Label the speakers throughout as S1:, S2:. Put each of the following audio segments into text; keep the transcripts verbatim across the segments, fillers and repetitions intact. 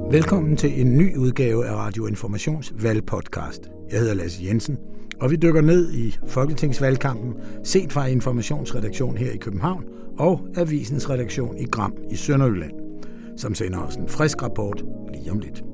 S1: Velkommen til en ny udgave af Radio Informations valgpodcast. Jeg hedder Lasse Jensen, og vi dykker ned i folketingsvalgkampen, set fra Informationsredaktion her i København og avisens redaktion i Gram i Sønderjylland, som sender os en frisk rapport lige om lidt.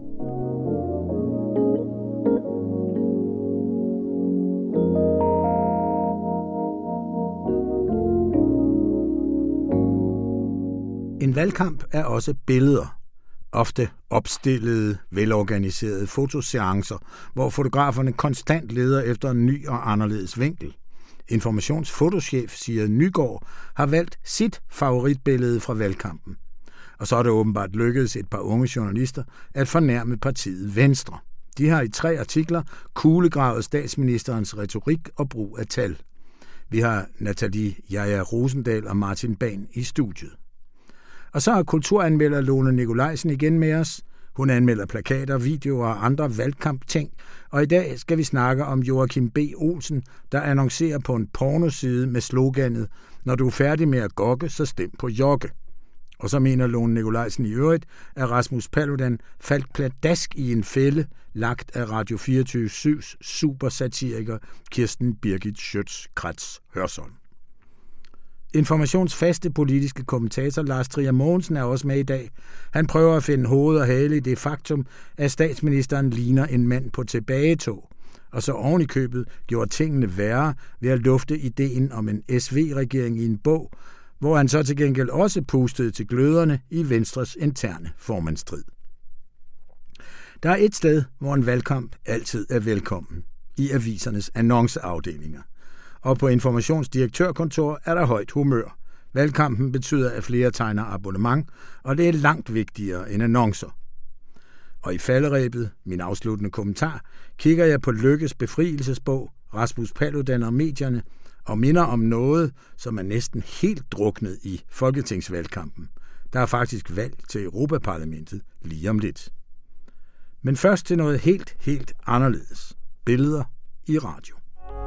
S1: En valgkamp er også billeder. Ofte opstillede, velorganiserede fotoseancer, hvor fotograferne konstant leder efter en ny og anderledes vinkel. Informationsfotochef Sigrid Nygaard har valgt sit favoritbillede fra valgkampen. Og så er det åbenbart lykkedes et par unge journalister at fornærme partiet Venstre. De har i tre artikler kuglegravet statsministerens retorik og brug af tal. Vi har Nathalie Jaja Rosendahl og Martin Bahn i studiet. Og så er kulturanmelder Lone Nikolajsen igen med os. Hun anmelder plakater, videoer og andre valgkampting. Og i dag skal vi snakke om Joachim B. Olsen, der annoncerer på en pornoside med sloganet: "Når du er færdig med at gokke, så stem på Jokke." Og så mener Lone Nikolajsen i øvrigt, at Rasmus Paludan faldt pladask i en fælde, lagt af Radio fireogtyve syvs supersatiriker Kirsten Birgit Schøtz-Krets Hørsholm. Informations faste politiske kommentator Lars Trier Mogensen er også med i dag. Han prøver at finde hoved og hale i det faktum, at statsministeren ligner en mand på tilbagetog, og så oven i købet gjorde tingene værre ved at lufte ideen om en S V-regering i en bog, hvor han så til gengæld også pustede til gløderne i Venstres interne formandsstrid. Der er et sted, hvor en valgkamp altid er velkommen: i avisernes annonceafdelinger. Og på informationsdirektørkontor er der højt humør. Valgkampen betyder, at flere tegner abonnement, og det er langt vigtigere end annoncer. Og i falderæbet, min afsluttende kommentar, kigger jeg på Lykkes befrielsesbog, Rasmus Paludan og medierne, og minder om noget, som er næsten helt druknet i folketingsvalgkampen. Der er faktisk valg til Europaparlamentet lige om lidt. Men først til noget helt, helt anderledes. Billeder i radio.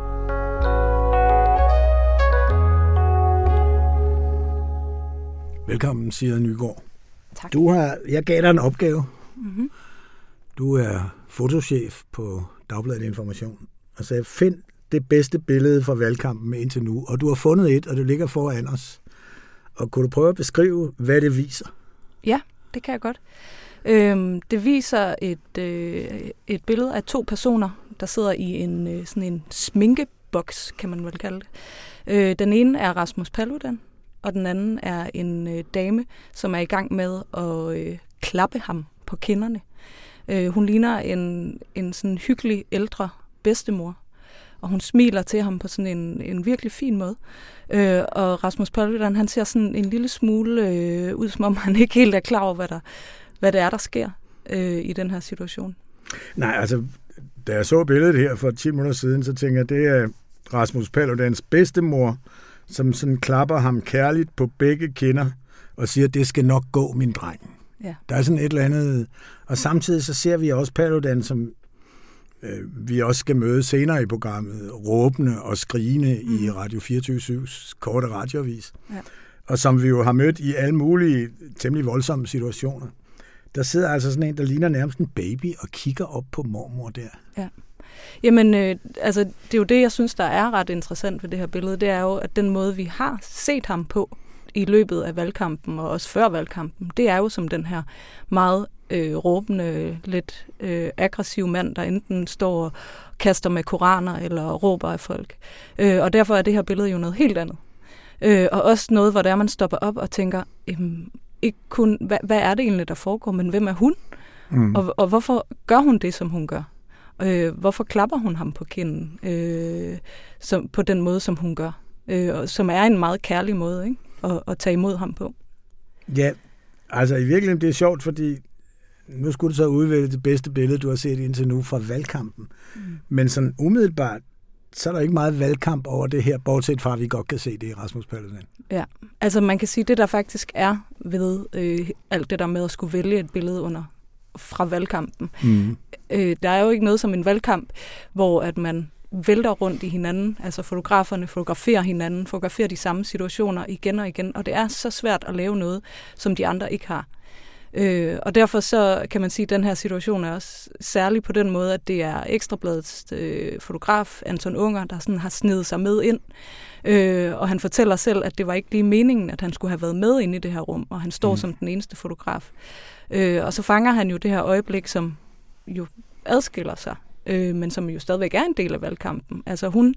S1: Velkommen, Sigrid Nygaard.
S2: Tak.
S1: Du har, jeg gav dig en opgave.
S2: Mm-hmm.
S1: Du er fotochef på Dagbladet Information, og sagde, find det bedste billede fra valgkampen indtil nu, og du har fundet et, og det ligger foran os. Og kunne du prøve at beskrive, hvad det viser?
S2: Ja, det kan jeg godt. Øhm, det viser et, øh, et billede af to personer, der sidder i en, øh, sådan en sminkeboks, kan man vel kalde det. Øh, den ene er Rasmus Paludan, og den anden er en øh, dame, som er i gang med at øh, klappe ham på kinderne. Øh, hun ligner en, en sådan hyggelig ældre bedstemor, og hun smiler til ham på sådan en, en virkelig fin måde. Øh, og Rasmus Paludan, han ser sådan en lille smule øh, ud, som om han ikke helt er klar over, hvad, der, hvad det er, der sker øh, i den her situation.
S1: Nej, altså, da jeg så billedet her for ti minutter siden, så tænker jeg, det er Rasmus Paludans bedstemor, som sådan klapper ham kærligt på begge kinder og siger, det skal nok gå, min dreng.
S2: Ja.
S1: Der er sådan et eller andet. Og samtidig så ser vi også Paludan, som øh, vi også skal møde senere i programmet, råbende og skrigende mm. i Radio fireogtyve syvs korte radioavis. Ja. Og som vi jo har mødt i alle mulige temmelig voldsomme situationer. Der sidder altså sådan en, der ligner nærmest en baby og kigger op på mormor der.
S2: Ja. Jamen, øh, altså, det er jo det, jeg synes, der er ret interessant ved det her billede. Det er jo, at den måde, vi har set ham på i løbet af valgkampen, og også før valgkampen, det er jo som den her meget øh, råbende, lidt øh, aggressiv mand, der enten står og kaster med koraner eller råber af folk. Øh, og derfor er det her billede jo noget helt andet. Øh, og også noget, hvor der man stopper op og tænker, øhm, ikke kun, hvad, hvad er det egentlig, der foregår, men hvem er hun? Mm. Og, og hvorfor gør hun det, som hun gør? Øh, hvorfor klapper hun ham på kinden øh, som, på den måde, som hun gør? Øh, og, som er en meget kærlig måde, ikke? At, at tage imod ham på.
S1: Ja, altså i virkeligheden det er sjovt, fordi nu skulle du så udvælge det bedste billede, du har set indtil nu fra valgkampen. Mm. Men sådan umiddelbart, så er der ikke meget valgkamp over det her, bortset fra, at vi godt kan se det i Rasmus Paludan.
S2: Ja, altså man kan sige, det der faktisk er ved øh, alt det der med at skulle vælge et billede under fra valgkampen. Mm. Øh, der er jo ikke noget som en valgkamp, hvor at man vælter rundt i hinanden, altså fotograferne fotograferer hinanden, fotograferer de samme situationer igen og igen, og det er så svært at lave noget, som de andre ikke har. Øh, og derfor så kan man sige, at den her situation er også særlig på den måde, at det er Ekstrabladets øh, fotograf, Anton Unger, der sådan har snedet sig med ind. Øh, og han fortæller selv, at det var ikke lige meningen, at han skulle have været med inde i det her rum, og han står mm. som den eneste fotograf. Øh, og så fanger han jo det her øjeblik, som jo adskiller sig, øh, men som jo stadigvæk er en del af valgkampen. Altså hun,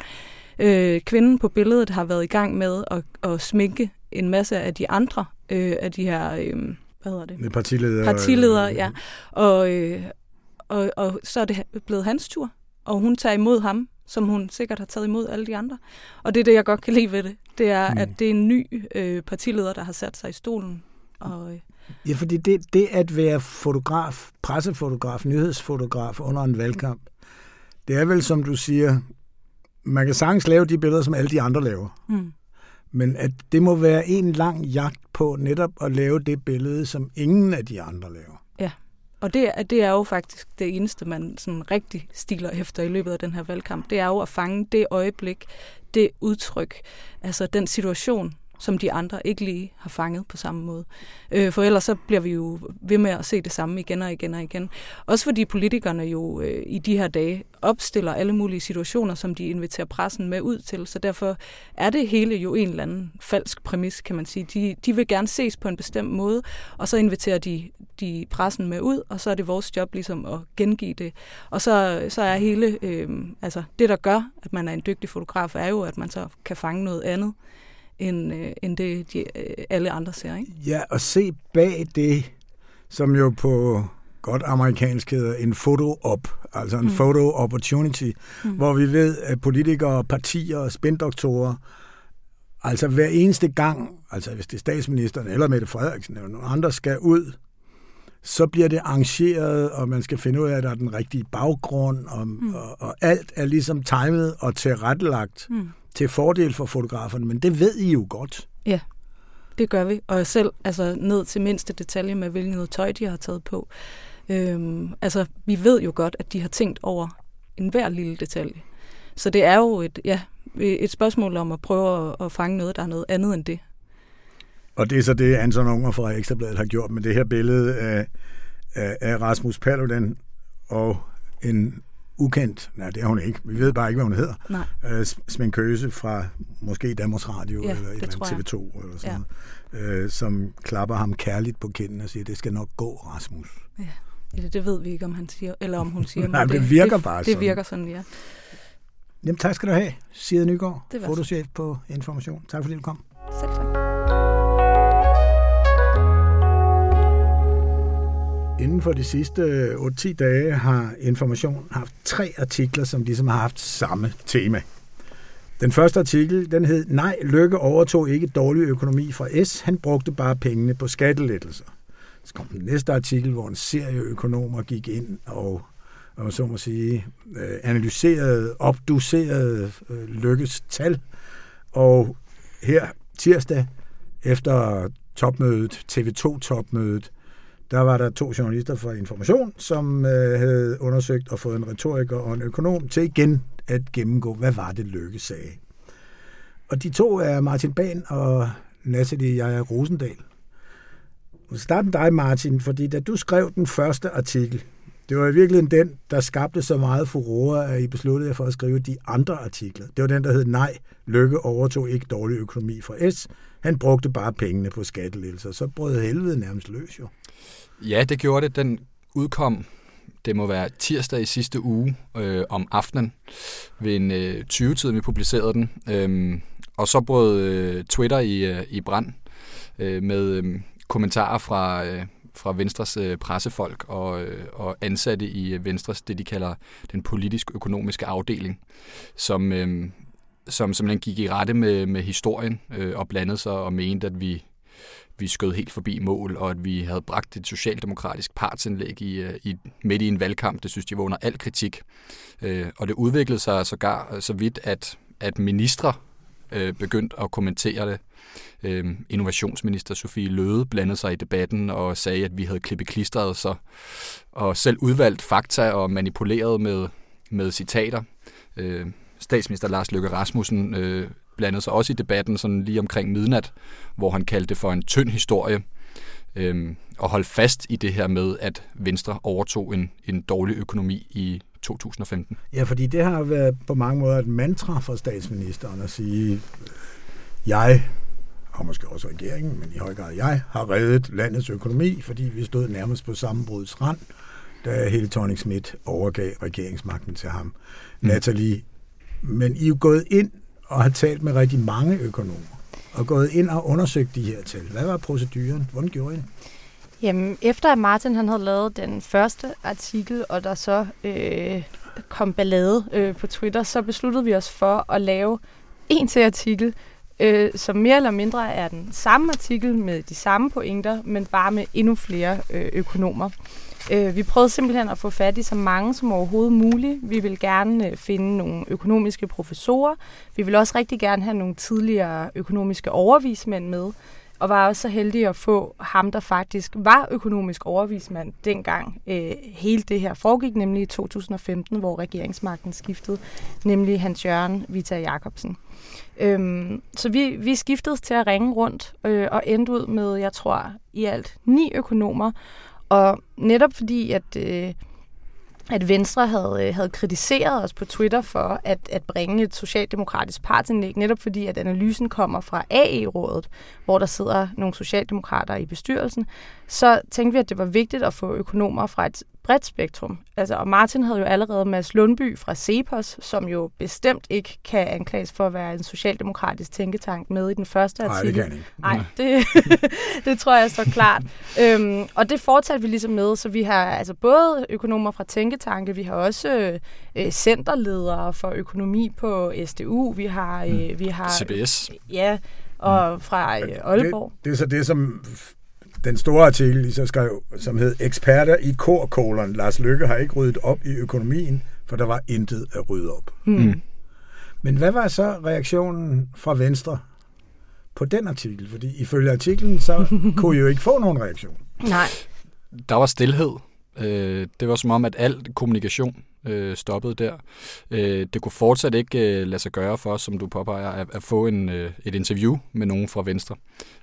S2: øh, kvinden på billedet, har været i gang med at, at sminke en masse af de andre øh, af de her... Øh, hvad hedder det?
S1: Partiledere.
S2: Partiledere, ja. Og, øh, og, og så er det blevet hans tur, og hun tager imod ham, som hun sikkert har taget imod alle de andre. Og det er det, jeg godt kan lide ved det. Det er, mm. at det er en ny øh, partileder, der har sat sig i stolen. Og, øh.
S1: Ja, fordi det, det at være fotograf, pressefotograf, nyhedsfotograf under en valgkamp, det er vel, som du siger, man kan sagtens lave de billeder, som alle de andre laver. Mm. Men at det må være en lang jagt på netop at lave det billede, som ingen af de andre laver.
S2: Ja, og det, det er jo faktisk det eneste, man sådan rigtig stiler efter i løbet af den her valgkamp. Det er jo at fange det øjeblik, det udtryk, altså den situation, som de andre ikke lige har fanget på samme måde. Øh, for ellers så bliver vi jo ved med at se det samme igen og igen og igen. Også fordi politikerne jo øh, i de her dage opstiller alle mulige situationer, som de inviterer pressen med ud til. Så derfor er det hele jo en eller anden falsk præmis, kan man sige. De, de vil gerne ses på en bestemt måde, og så inviterer de, de pressen med ud, og så er det vores job ligesom at gengive det. Og så, så er hele, øh, altså det der gør, at man er en dygtig fotograf, er jo, at man så kan fange noget andet, end, øh, end det de, øh, alle andre ser, ikke?
S1: Ja, og se bag det, som jo på godt amerikansk hedder en photo-op, altså en mm. photo opportunity, mm. hvor vi ved, at politikere, partier og spindoktorer, altså hver eneste gang, altså hvis det er statsministeren eller Mette Frederiksen eller nogen andre skal ud, så bliver det arrangeret, og man skal finde ud af, at der er den rigtige baggrund, og, mm. og, og alt er ligesom timet og tilrettelagt mm. til fordel for fotograferne, men det ved I jo godt.
S2: Ja, det gør vi, og selv altså, ned til mindste detalje med, hvilket tøj de har taget på. Øhm, altså, vi ved jo godt, at de har tænkt over enhver lille detalje. Så det er jo et, ja, et spørgsmål om at prøve at, at fange noget, der er noget andet end det.
S1: Og det er så det, Anton Unger fra Ekstrabladet har gjort med det her billede af, af, af Rasmus Paludan og en ukendt, nej, det er hun ikke, vi ved bare ikke, hvad hun hedder, nej. Sminkøse fra måske Danmarks Radio
S2: ja,
S1: eller et eller andet T V to, eller sådan ja. noget, øh, som klapper ham kærligt på kinden og siger, det skal nok gå, Rasmus.
S2: Ja, ja det, det ved vi ikke, om han siger, eller om hun siger.
S1: Nej, men det virker det, bare
S2: det,
S1: sådan.
S2: Det virker sådan, ja.
S1: Jamen, tak skal du have, Side Nygaard, fotochef på Information. Tak fordi du kom.
S2: Selv tak.
S1: Inden for de sidste otte til ti dage har Information haft tre artikler, som ligesom har haft samme tema. Den første artikel, den hed, nej, Løkke overtog ikke dårlig økonomi fra S, han brugte bare pengene på skattelettelser. Så kom den næste artikel, hvor en serie økonomer gik ind og, og så må sige, analyserede, opducerede Løkkes tal. Og her tirsdag, efter topmødet, T V to-topmødet, der var der to journalister fra Information, som øh, havde undersøgt og fået en retoriker og en økonom til igen at gennemgå, hvad var det Løkke sagde. Og de to er Martin Bahn og Nathalie Jaja Rosendal. Jeg starter med dig, Martin, fordi da du skrev den første artikel, det var i virkeligheden den, der skabte så meget furore, at I besluttede jer for at skrive de andre artikler. Det var den, der hed, nej, Løkke overtog ikke dårlig økonomi fra S, han brugte bare pengene på skattelettelser. Så brød helvede nærmest løs, jo.
S3: Ja, det gjorde det. Den udkom, det må være tirsdag i sidste uge øh, om aftenen ved en øh, tyve-tiden, vi publicerede den. Øhm, og så brød øh, Twitter i, øh, i brand øh, med øh, kommentarer fra, øh, fra Venstres øh, pressefolk og, øh, og ansatte i øh, Venstres, det de kalder den politisk-økonomiske afdeling, som, øh, som simpelthen gik i rette med, med historien øh, og blandede sig og mente, at vi vi skød helt forbi mål, og at vi havde bragt et socialdemokratisk partsindlæg i, i, midt i en valgkamp. Det synes de var under al kritik. Øh, og det udviklede sig sågar så vidt, at, at ministre øh, begyndte at kommentere det. Øh, innovationsminister Sofie Løhde blandede sig i debatten og sagde, at vi havde klippeklistret så og selv udvalgt fakta og manipuleret med, med citater. Øh, statsminister Lars Løkke Rasmussen øh, blandede sig også i debatten sådan lige omkring midnat, hvor han kaldte det for en tynd historie. øhm, og holde fast i det her med, at Venstre overtog en, en dårlig økonomi i to tusind og femten.
S1: Ja, fordi det har været på mange måder et mantra for statsministeren at sige, jeg, og måske også regeringen, men i høj grad jeg, har reddet landets økonomi, fordi vi stod nærmest på sammenbruddets rand, da Helle Thorning-Schmidt overgav regeringsmagten til ham. Mm. Nathalie, men I er jo gået ind og har talt med rigtig mange økonomer, og gået ind og undersøgt de her tal. Hvad var proceduren? Hvordan gjorde I det?
S4: Jamen, efter at Martin han havde lavet den første artikel, og der så øh, kom ballade øh, på Twitter, så besluttede vi os for at lave en til artikel, øh, som mere eller mindre er den samme artikel med de samme pointer, men bare med endnu flere øh, økonomer. Øh, vi prøvede simpelthen at få fat i så mange som overhovedet muligt. Vi vil gerne øh, finde nogle økonomiske professorer. Vi vil også rigtig gerne have nogle tidligere økonomiske overvismænd med, og var også så heldige at få ham, der faktisk var økonomisk overvismand dengang øh, hele det her foregik, nemlig i to tusind og femten, hvor regeringsmagten skiftede, nemlig Hans Jørgen Vita Jacobsen. Øhm, så vi, vi skiftedes til at ringe rundt øh, og endte ud med, jeg tror, i alt ni økonomer, og netop fordi, at... Øh, at Venstre havde, havde kritiseret os på Twitter for at, at bringe et socialdemokratisk partsindlæg, netop fordi, at analysen kommer fra A E-rådet, hvor der sidder nogle socialdemokrater i bestyrelsen, så tænkte vi, at det var vigtigt at få økonomer fra et bredt spektrum. Altså, og Martin havde jo allerede Mads Lundby fra CEPOS, som jo bestemt ikke kan anklages for at være en socialdemokratisk tænketank med i den første artikel.
S1: Nej, det kan ikke.
S4: Nej, det, det tror jeg står klart. øhm, og det fortsatte vi ligesom med, så vi har altså både økonomer fra tænketanke, vi har også øh, centerledere for økonomi på S D U, vi har... Øh, vi har
S3: C B S.
S4: Ja, og fra øh, Aalborg.
S1: Det, det er så det, som... Den store artikel, I så skrev, som hed Eksperter i kor-kolon. Lars Løkke har ikke ryddet op i økonomien, for der var intet at rydde op.
S4: Mm.
S1: Men hvad var så reaktionen fra Venstre på den artikel? Fordi ifølge artiklen, så kunne I jo ikke få nogen reaktion.
S4: Nej.
S3: Der var stilhed. Det var som om, at al kommunikation stoppede der. Det kunne fortsat ikke lade sig gøre for os, som du påpeger, at få en, et interview med nogen fra Venstre.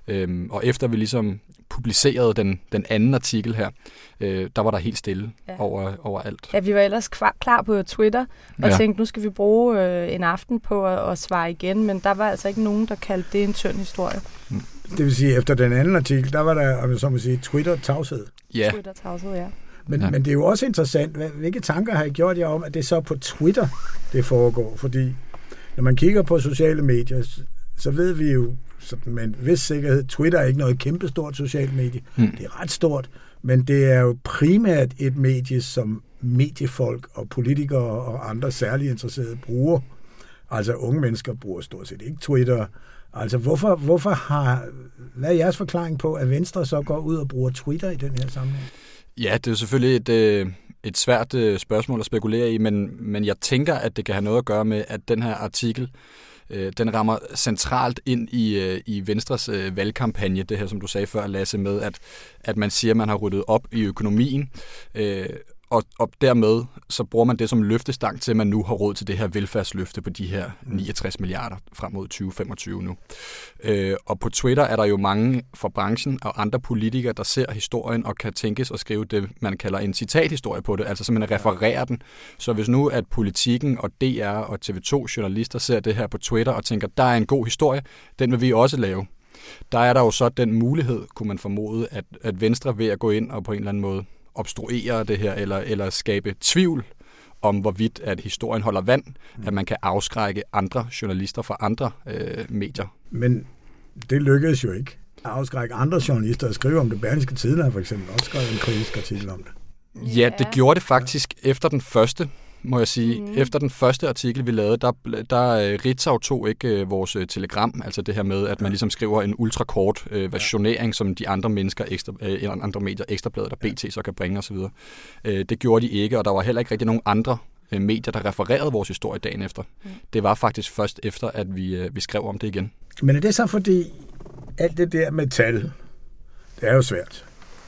S3: Og efter vi ligesom publicerede den, den anden artikel her, der var der helt stille ja. over, over alt.
S4: Ja, vi var ellers klar på Twitter og ja. tænkte, nu skal vi bruge en aften på at, at svare igen, men der var altså ikke nogen, der kaldte det en tynd historie.
S1: Mm. Det vil sige, efter den anden artikel, der var der, om jeg så må sige, Twitter-tavshed.
S3: Ja.
S4: Twitter-tavshed, ja.
S1: Men, ja. men det er jo også interessant, hvilke tanker har I gjort jer om, at det så på Twitter, det foregår? Fordi når man kigger på sociale medier, så ved vi jo sådan med en vis sikkerhed, Twitter er ikke noget kæmpestort socialt medie. Mm. Det er ret stort, men det er jo primært et medie, som mediefolk og politikere og andre særligt interesserede bruger. Altså unge mennesker bruger stort set ikke Twitter. Altså hvorfor, hvorfor har, hvad er jeres forklaring på, at Venstre så går ud og bruger Twitter i den her sammenhæng?
S3: Ja, det er jo selvfølgelig et, øh, et svært øh, spørgsmål at spekulere i, men, men jeg tænker, at det kan have noget at gøre med, at den her artikel, øh, den rammer centralt ind i, øh, i Venstres øh, valgkampagne, det her, som du sagde før, Lasse, med, at, at man siger, at man har ryddet op i økonomien, øh, og, og dermed så bruger man det som løftestang til, at man nu har råd til det her velfærdsløfte på de her niogtres milliarder frem mod tyve femogtyve nu. Øh, og på Twitter er der jo mange fra branchen og andre politikere, der ser historien og kan tænkes at skrive det, man kalder en citathistorie på det, altså simpelthen referere den. Så hvis nu at Politikken og D R og T V to journalister ser det her på Twitter og tænker, der er en god historie, den vil vi også lave. Der er der jo så den mulighed, kunne man formode, at, at Venstre ved at gå ind og på en eller anden måde obstruere det her, eller, eller skabe tvivl om, hvorvidt at historien holder vand, mm. at man kan afskrække andre journalister fra andre øh, medier.
S1: Men det lykkedes jo ikke. At afskrække andre journalister at skrive om det. Berlingske Tidende har for eksempel også skrevet en kritisk artikel om det.
S3: Ja, det gjorde det faktisk ja. efter den første, må jeg sige. Mm. Efter den første artikel, vi lavede, der, der uh, Ritzau tog ikke uh, vores uh, telegram, altså det her med, at man ligesom skriver en ultrakort uh, versionering, som de andre mennesker, ekstra, uh, andre medier, Ekstrabladet og B T, så kan bringe osv. Uh, det gjorde de ikke, og der var heller ikke rigtig nogen andre uh, medier, der refererede vores historie dagen efter. Mm. Det var faktisk først efter, at vi, uh, vi skrev om det igen.
S1: Men er det så fordi, alt det der med tal, det er jo svært.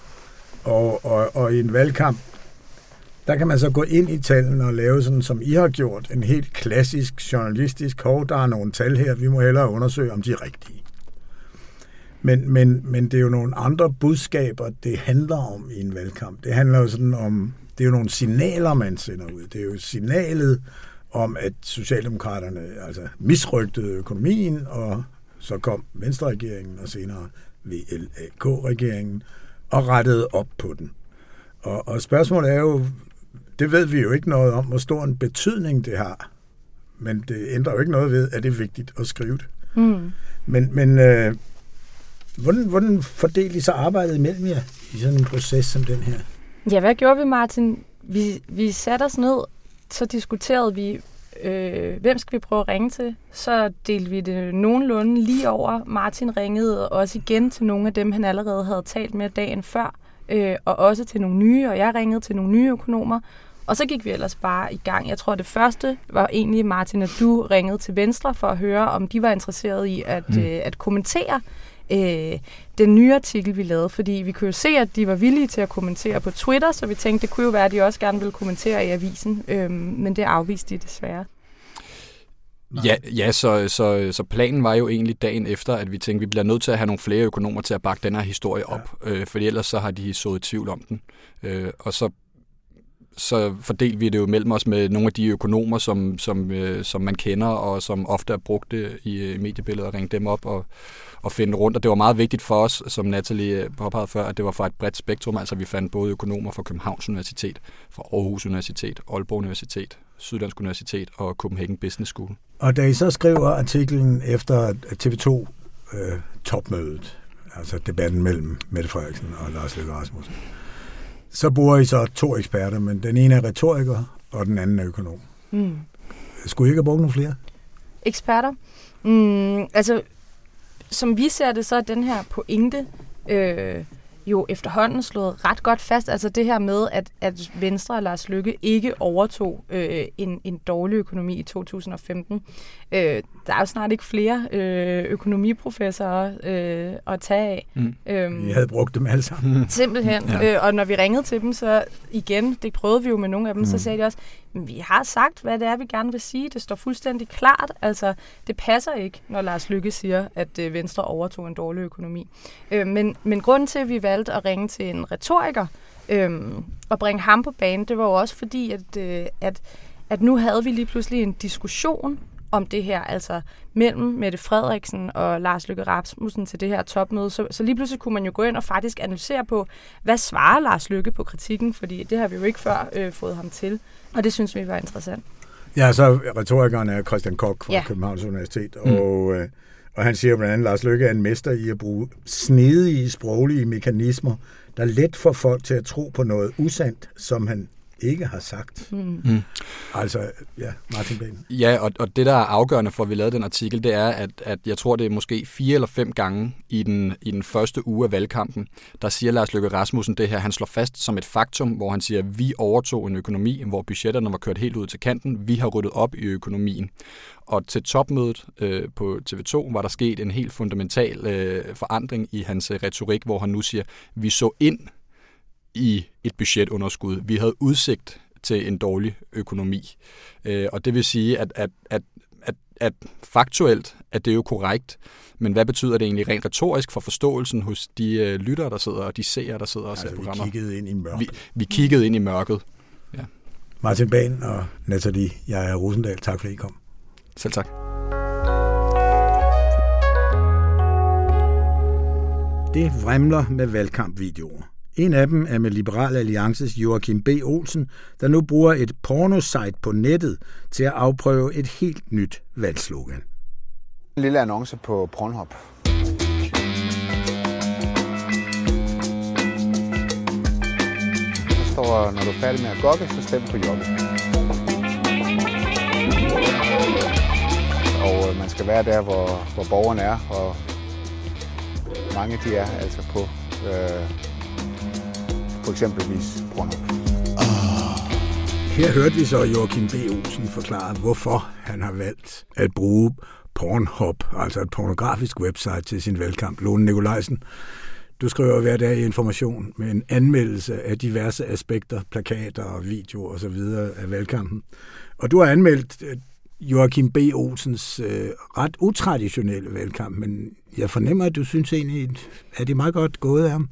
S1: Og, og, og i en valgkamp, der kan man så gå ind i tallene og lave sådan, som I har gjort, en helt klassisk journalistisk hov, der er nogle tal her, vi må hellere undersøge, om de er rigtige. Men, men, men det er jo nogle andre budskaber, det handler om i en valgkamp. Det handler jo sådan om, det er jo nogle signaler, man sender ud. Det er jo signalet om, at Socialdemokraterne altså misrygtede økonomien, og så kom Venstre-regeringen og senere V L A K-regeringen og rettede op på den. Og, og spørgsmålet er jo, det ved vi jo ikke noget om, hvor stor en betydning det har. Men det ændrer jo ikke noget ved, at det er vigtigt at skrive det. Mm. Men, men øh, hvordan, hvordan fordelte I så arbejdet imellem jer i sådan en proces som den her?
S4: Ja, hvad gjorde vi, Martin? Vi, vi satte os ned, så diskuterede vi, øh, hvem skal vi prøve at ringe til? Så delte vi det nogenlunde lige over. Martin ringede også igen til nogle af dem, han allerede havde talt med dagen før, øh, og også til nogle nye, og jeg ringede til nogle nye økonomer. Og så gik vi ellers bare i gang. Jeg tror, det første var egentlig, Martin, at du ringede til Venstre for at høre, om de var interesserede i at, mm. øh, at kommentere øh, den nye artikel, vi lavede. Fordi vi kunne jo se, at de var villige til at kommentere på Twitter, så vi tænkte, det kunne jo være, at de også gerne ville kommentere i avisen. Øh, men det afviste de desværre.
S3: Ja, ja så, så, så planen var jo egentlig dagen efter, at vi tænkte, at vi bliver nødt til at have nogle flere økonomer til at bakke den her historie op. Ja. Øh, fordi ellers så har de sået tvivl om den. Øh, og så så fordelte vi det jo mellem os med nogle af de økonomer, som, som, øh, som man kender, og som ofte er brugte i mediebilledet, og ringe dem op og, og finde rundt. Og det var meget vigtigt for os, som Nathalie påpegede før, at det var fra et bredt spektrum. Altså vi fandt både økonomer fra Københavns Universitet, fra Aarhus Universitet, Aalborg Universitet, Syddansk Universitet og Copenhagen Business School. Og
S1: da I så skriver artiklen efter T V to øh, topmødet, altså debatten mellem Mette Frederiksen og Lars Løkke Rasmussen, så bruger I så to eksperter, men den ene er retoriker, og den anden er økonom. Mm. Skulle I ikke have brugt nogle flere?
S4: Eksperter? Mm, altså, som vi ser det, så er den her pointe øh, jo efterhånden slået ret godt fast. Altså det her med, at, at Venstre og Lars Løkke ikke overtog øh, en, en dårlig økonomi i to tusind og femten. Øh, der er jo snart ikke flere øh, økonomiprofessorer øh, at tage af. Mm.
S1: Øhm, Vi havde brugt dem alle sammen.
S4: Simpelthen. Ja. Øh, og når vi ringede til dem, så igen, det prøvede vi jo med nogle af dem, mm. så sagde de også, vi har sagt, hvad det er, vi gerne vil sige. Det står fuldstændig klart. Altså, det passer ikke, når Lars Løkke siger, at øh, Venstre overtog en dårlig økonomi. Øh, men, men grunden til, at vi valgte at ringe til en retoriker øh, og bringe ham på banen, det var jo også fordi, at, øh, at, at nu havde vi lige pludselig en diskussion om det her, altså mellem Mette Frederiksen og Lars Løkke Rasmussen til det her topmøde. Så, så lige pludselig kunne man jo gå ind og faktisk analysere på, hvad svarer Lars Løkke på kritikken, fordi det har vi jo ikke før øh, fået ham til, og det synes vi var interessant.
S1: Ja, så retorikeren er Christian Koch fra ja. Københavns Universitet, mm. og, øh, og han siger blandt andet, at Lars Løkke er en mester i at bruge snedige sproglige mekanismer, der let får folk til at tro på noget usandt, som han ikke har sagt. Mm. Mm. Altså, ja, Martin Behn.
S3: Ja, og, og det, der er afgørende for, at vi lavede den artikel, det er, at, at jeg tror, det er måske fire eller fem gange i den, i den første uge af valgkampen, der siger Lars Løkke Rasmussen det her. Han slår fast som et faktum, hvor han siger, at vi overtog en økonomi, hvor budgetterne var kørt helt ud til kanten. Vi har ryddet op i økonomien. Og til topmødet øh, på T V to var der sket en helt fundamental øh, forandring i hans øh, retorik, hvor han nu siger, vi så ind i et budgetunderskud. Vi havde udsigt til en dårlig økonomi. Øh, og det vil sige, at, at, at, at, at faktuelt er det jo korrekt, men hvad betyder det egentlig rent retorisk for forståelsen hos de øh, lyttere, der sidder, og de seere, der sidder og ser
S1: altså,
S3: programmer?
S1: vi kiggede ind i mørket.
S3: Vi, vi kiggede ind i mørket, ja.
S1: Martin Behn og Nathalie, jeg er Rosendal. Tak fordi I kom.
S3: Selv tak.
S1: Det vrimler med valgkampvideoer. En af dem er med Liberal Alliances Joachim B. Olsen, der nu bruger et pornosite på nettet til at afprøve et helt nyt valgslogan.
S5: En lille annonce på Pornhub. Der står, når du er færdig med at gokke, så stem på Jokke. Og man skal være der, hvor, hvor borgerne er, og mange de er altså på øh, for eksempelvis Pornhub.
S1: Her hørte vi så Joachim B. Olsen forklare, hvorfor han har valgt at bruge Pornhub, altså et pornografisk website, til sin valgkamp. Lone Nikolajsen, du skriver hver dag i Information med en anmeldelse af diverse aspekter, plakater og videoer osv. af valgkampen. Og du har anmeldt Joachim B. Olsens øh, ret utraditionelle valgkamp, men jeg fornemmer, at du synes egentlig, at det er meget godt gået af ham.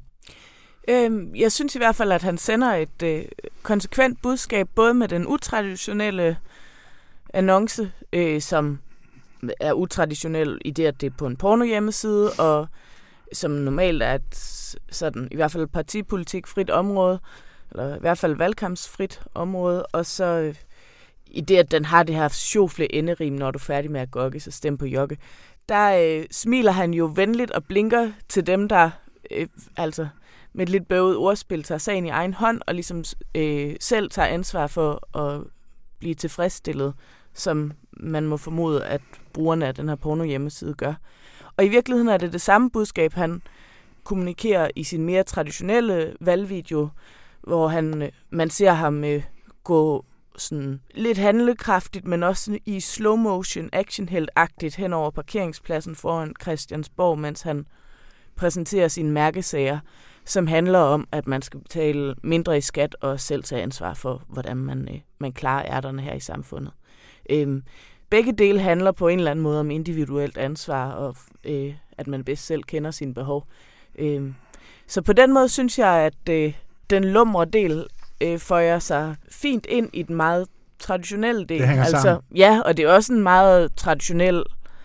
S6: Øhm, jeg synes i hvert fald, at han sender et øh, konsekvent budskab, både med den utraditionelle annonce, øh, som er utraditionel i det, at det er på en porno-hjemmeside, og som normalt er et sådan, i hvert fald partipolitik-frit område, eller i hvert fald valgkampsfrit område, og så øh, i det, at den har det her sjofle enderim, når du er færdig med at gokke, så stem på Jokke, der øh, smiler han jo venligt og blinker til dem, der øh, altså med et lidt bøvet ordspil tager sagen i egen hånd, og ligesom øh, selv tager ansvar for at blive tilfredsstillet, som man må formode, at brugerne af den her porno-hjemmeside gør. Og i virkeligheden er det det samme budskab, han kommunikerer i sin mere traditionelle valgvideo, hvor han, man ser ham øh, gå sådan lidt handlekraftigt, men også i slow motion, actionhelt-agtigt hen over parkeringspladsen foran Christiansborg, mens han præsenterer sine mærkesager, som handler om, at man skal betale mindre i skat og selv tage ansvar for, hvordan man, øh, man klarer ærterne her i samfundet. Øhm, begge dele handler på en eller anden måde om individuelt ansvar, og øh, at man bedst selv kender sine behov. Øhm, så på den måde synes jeg, at øh, den lumre del øh, føjer sig fint ind i den meget traditionelle del.
S1: Det hænger
S6: altså,
S1: sammen.
S6: Ja, og det er også en meget traditionel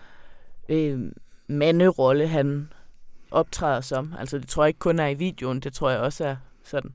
S6: øh, manderolle, han optræder som. Altså det tror jeg ikke kun er i videoen, det tror jeg også er sådan,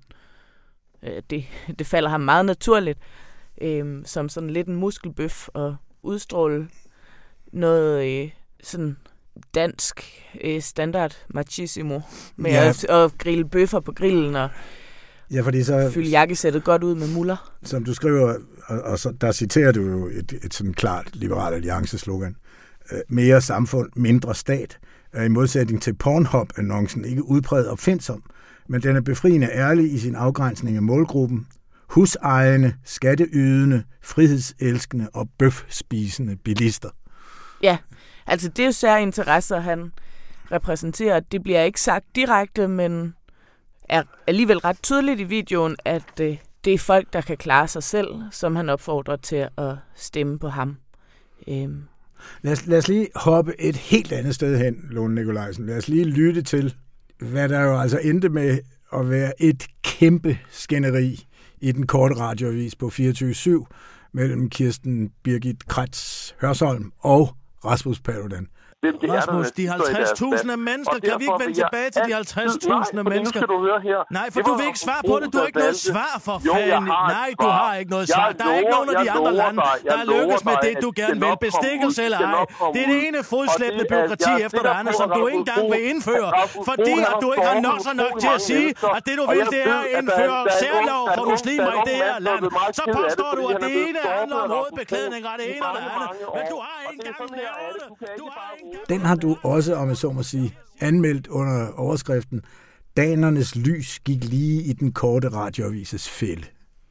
S6: øh, det, det falder ham meget naturligt, øh, som sådan lidt en muskelbøf og udstråle noget øh, sådan dansk øh, standard machismo med
S1: ja.
S6: at, at grille bøffer på grillen og
S1: ja, fordi så,
S6: fylde jakkesættet godt ud med muller.
S1: Som du skriver, og, og så, der citerer du jo et, et sådan klart Liberal Alliance-slogan. Mere samfund, mindre stat, er i modsætning til Pornhub-annoncen ikke udpræget opfindsom, men den er befriende ærlig i sin afgrænsning af målgruppen. Husejende, skatteydende, frihedselskende og bøfspisende bilister.
S6: Ja, altså det er jo særlige interesser, han repræsenterer. Det bliver ikke sagt direkte, men er alligevel ret tydeligt i videoen, at øh, det er folk, der kan klare sig selv, som han opfordrer til at stemme på ham. Øhm.
S1: Lad os, lad os lige hoppe et helt andet sted hen, Lone Nikolajsen. Lad os lige lytte til, hvad der jo altså endte med at være et kæmpe skænderi i den korte radioavis på fireogtyve syv mellem Kirsten Birgit Kretz Hørsholm og Rasmus Paludan.
S7: Rasmus, de halvtreds tusind mennesker, kan vi ikke vende tilbage til de halvtreds tusind mennesker?
S8: Nu skal du høre her.
S7: Nej, for du vil ikke svare på det. Du har ikke noget svar for fanden. Nej, du har ikke noget svar. Der er ikke nogen af de andre lande, der er lykkes med det, du gerne vil. Bestikkelse eller ej. Det er det ene fodslæbende byråkrati efter det andet, som du ikke engang vil indføre. Fordi at du ikke har nok så nok til at sige, at det du vil, det er at indføre særlov for muslimer i det her land. Så påstår du, at det ene handler om hovedbeklædning og det ene og det andet. Men du har ikke engang lavet det. Du har ikke
S1: Den har du også, om jeg så må sige, anmeldt under overskriften Danernes lys gik lige i den korte radioavises fælde.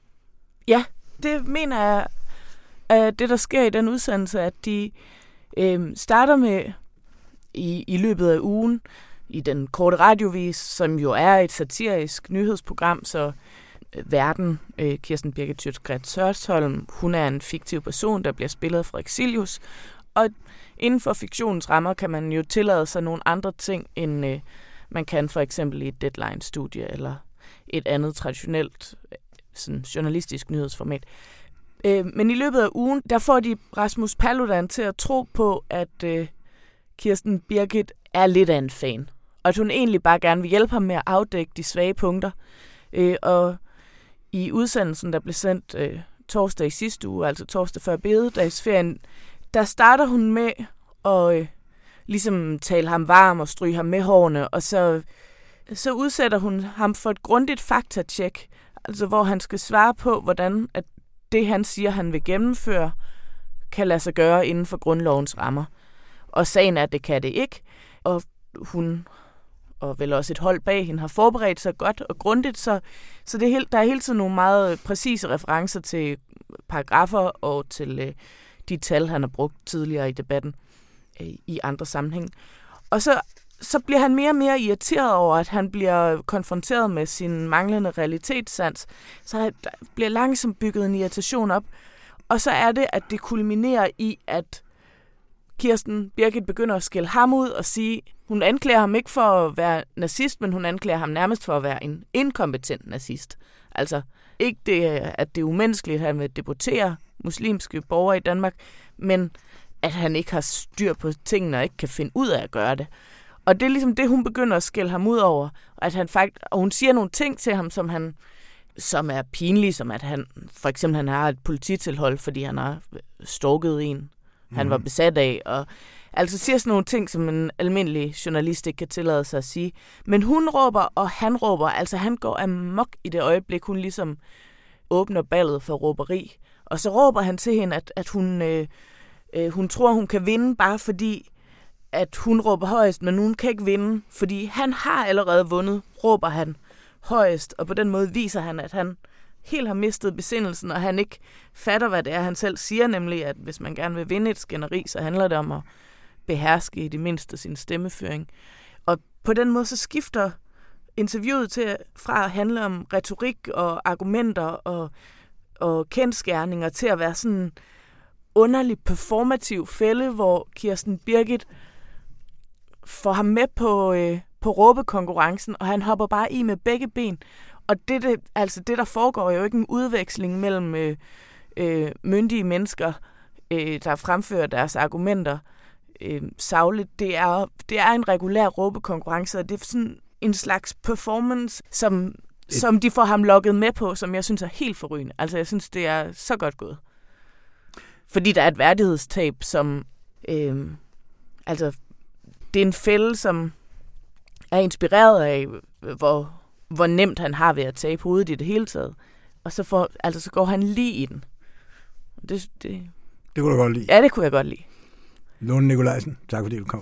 S6: Ja, det mener jeg, at det der sker i den udsendelse, at de øh, starter med i, i løbet af ugen i den korte radioavis, som jo er et satirisk nyhedsprogram, så øh, verden, øh, Kirsten Birgit Schiøtz Hørsholm, hun er en fiktiv person, der bliver spillet af Frederik Sillius, og inden for fiktionens rammer kan man jo tillade sig nogle andre ting, end øh, man kan for eksempel i et Deadline-studie eller et andet traditionelt sådan, journalistisk nyhedsformat. Øh, men i løbet af ugen, der får de Rasmus Paludan til at tro på, at øh, Kirsten Birgit er lidt af en fan. Og at hun egentlig bare gerne vil hjælpe ham med at afdække de svage punkter. Øh, og i udsendelsen, der blev sendt øh, torsdag i sidste uge, altså torsdag før bededagsferien, der starter hun med at øh, ligesom tale ham varm og stryge ham med hårene, og så, så udsætter hun ham for et grundigt faktatjek, altså hvor han skal svare på, hvordan at det, han siger, han vil gennemføre, kan lade sig gøre inden for grundlovens rammer. Og sagen er, at det kan det ikke, og hun og vel også et hold bag hende har forberedt sig godt og grundigt, så, så det er helt, der er hele tiden nogle meget præcise referencer til paragrafer og til øh, de tal, han har brugt tidligere i debatten øh, i andre sammenhæng. Og så, så bliver han mere og mere irriteret over, at han bliver konfronteret med sin manglende realitetssans. Så der bliver langsomt bygget en irritation op. Og så er det, at det kulminerer i, at Kirsten Birgit begynder at skælde ham ud og sige, hun anklager ham ikke for at være nazist, men hun anklager ham nærmest for at være en inkompetent nazist. Altså ikke det, at det er umenneskeligt, at han vil deportere muslimske borgere i Danmark, men at han ikke har styr på tingene og ikke kan finde ud af at gøre det. Og det er ligesom det, hun begynder at skælde ham ud over. At han faktisk, og hun siger nogle ting til ham, som han som er pinlige, som at han for eksempel han har et polititilhold, fordi han har stalket en, han mm. var besat af, og altså siger sådan nogle ting, som en almindelig journalist ikke kan tillade sig at sige. Men hun råber, og han råber, altså han går amok i det øjeblik, hun ligesom åbner ballet for råberi. Og så råber han til hende, at, at hun, øh, øh, hun tror, hun kan vinde, bare fordi, at hun råber højest, men hun kan ikke vinde, fordi han har allerede vundet, råber han højest, og på den måde viser han, at han helt har mistet besindelsen, og han ikke fatter, hvad det er, han selv siger, nemlig, at hvis man gerne vil vinde et skænderi, så handler det om at beherske i det mindste sin stemmeføring. Og på den måde så skifter interviewet til fra at handle om retorik og argumenter og, og kendsgerninger til at være sådan en underlig performativ fælde, hvor Kirsten Birgit får ham med på, øh, på råbekonkurrencen, og han hopper bare i med begge ben. Og det, det, altså det, der foregår, er jo ikke en udveksling mellem øh, øh, myndige mennesker, øh, der fremfører deres argumenter øh, sagligt. Det er, det er en regulær råbekonkurrence, og det er sådan en slags performance, som, som de får ham lukket med på, som jeg synes er helt forrygende. Altså, jeg synes, det er så godt gået. Fordi der er et værdighedstab, som... Øh, altså, det er en fælde, som er inspireret af, hvor... hvor nemt han har ved at tabe hovedet i det hele taget. Og så, får, altså, så går han lige i den. Det, det...
S1: det kunne du godt lide?
S6: Ja, det kunne jeg godt lide.
S1: Lone Nikolajsen, tak fordi du kom.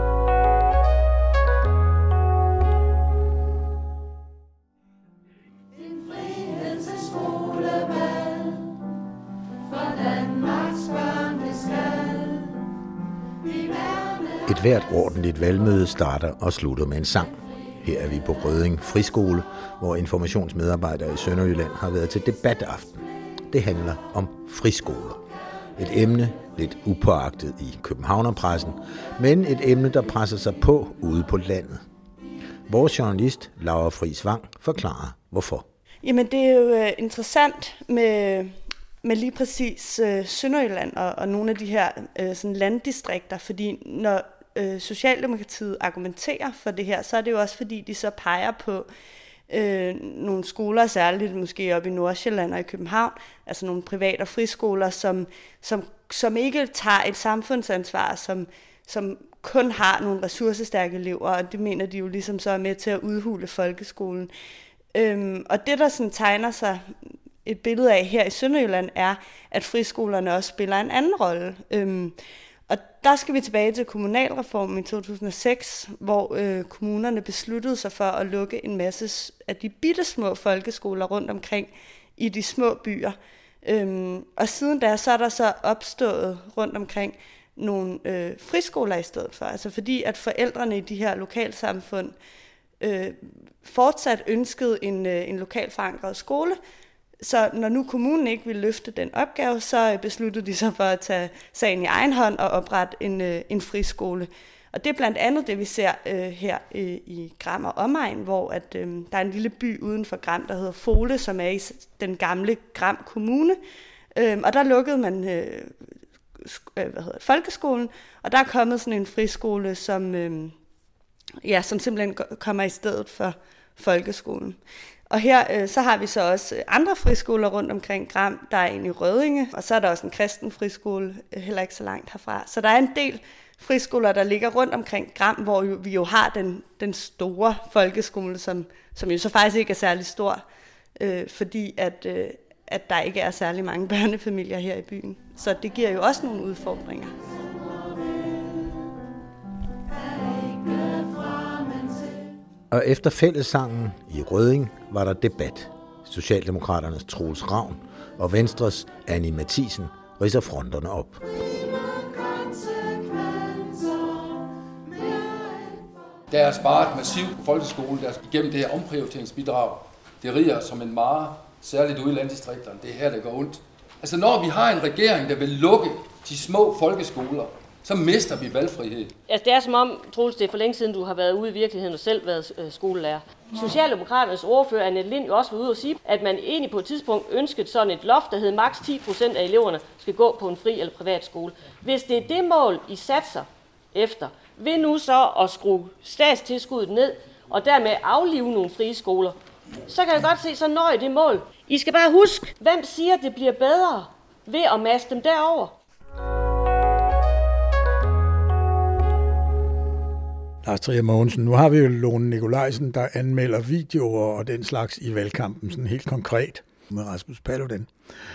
S1: Et hvert ordentligt valgmøde starter og slutter med en sang. Her er vi på Rødding Friskole, hvor informationsmedarbejdere i Sønderjylland har været til debataften. Det handler om friskoler. Et emne lidt upåagtet i københavnerpressen, men et emne, der presser sig på ude på landet. Vores journalist, Laura Friis Vang, forklarer, hvorfor.
S8: Jamen, det er jo uh, interessant med, med lige præcis uh, Sønderjylland og, og nogle af de her uh, sådan landdistrikter, fordi når øh, Socialdemokratiet argumenterer for det her, så er det jo også fordi, de så peger på øh, nogle skoler, særligt måske oppe i Nordsjælland og i København, altså nogle private og friskoler, som, som, som ikke tager et samfundsansvar, som, som kun har nogle ressourcestærke elever, og det mener de jo ligesom så er med til at udhule folkeskolen. Øhm, og det, der sådan tegner sig et billede af her i Sønderjylland, er, at friskolerne også spiller en anden rolle. Øhm, og der skal vi tilbage til kommunalreformen i to tusind og seks, hvor øh, kommunerne besluttede sig for at lukke en masse af de bittesmå folkeskoler rundt omkring i de små byer. Øhm, og siden da, så er der så opstået rundt omkring nogle øh, friskoler i stedet for. Altså fordi, at forældrene i de her lokalsamfund øh, fortsat ønskede en, øh, en lokalt forankret skole. Så når nu kommunen ikke ville løfte den opgave, så besluttede de sig for at tage sagen i egen hånd og oprette en, øh, en friskole. Og det er blandt andet det, vi ser øh, her øh, i Gram og omegn, hvor at, øh, der er en lille by uden for Gram, der hedder Fole, som er i den gamle Gram Kommune. Øh, og der lukkede man øh, hvad hedder det, folkeskolen, og der er kommet sådan en friskole, som, øh, ja, som simpelthen kommer i stedet for folkeskolen. Og her øh, så har vi så også andre friskoler rundt omkring Gram. Der er en i Røddinge, og så er der også en kristen friskole, øh, heller ikke så langt herfra. Så der er en del friskoler, der ligger rundt omkring Gram, hvor jo, vi jo har den, den store folkeskole, som, som jo så faktisk ikke er særlig stor, øh, fordi at, øh, at der ikke er særlig mange børnefamilier her i byen. Så det giver jo også nogle udfordringer.
S1: Og efter fællessangen i Rødding var der debat. Socialdemokraternes Troels Ravn og Venstres Annie Matthiesen ridser fronterne op.
S9: Der er sparet massivt på folkeskole, der gennem det her omprioriteringsbidrag. Det riger som en mare, særligt ude i landdistrikterne. Det er her, det går ondt. Altså når vi har en regering, der vil lukke de små folkeskoler, så mister vi valgfrihed.
S10: Altså det er som om, Troels, det er for længe siden, du har været ude i virkeligheden og selv været øh, skolelærer. Socialdemokraternes ordfører, Annette Lind, jo også var ude og sige, at man egentlig på et tidspunkt ønskede sådan et loft, der hed maks ti procent af eleverne skal gå på en fri eller privat skole. Hvis det er det mål, I satser efter, vil nu så at skrue statstilskuddet ned og dermed aflive nogle frie skoler, så kan jeg godt se, så når I det mål. I skal bare huske, hvem siger, det bliver bedre ved at maste dem derover.
S1: Lars Trier Mogensen, nu har vi jo Lone Nikolajsen, der anmelder videoer og den slags i valgkampen, sådan helt konkret med Rasmus Paludan.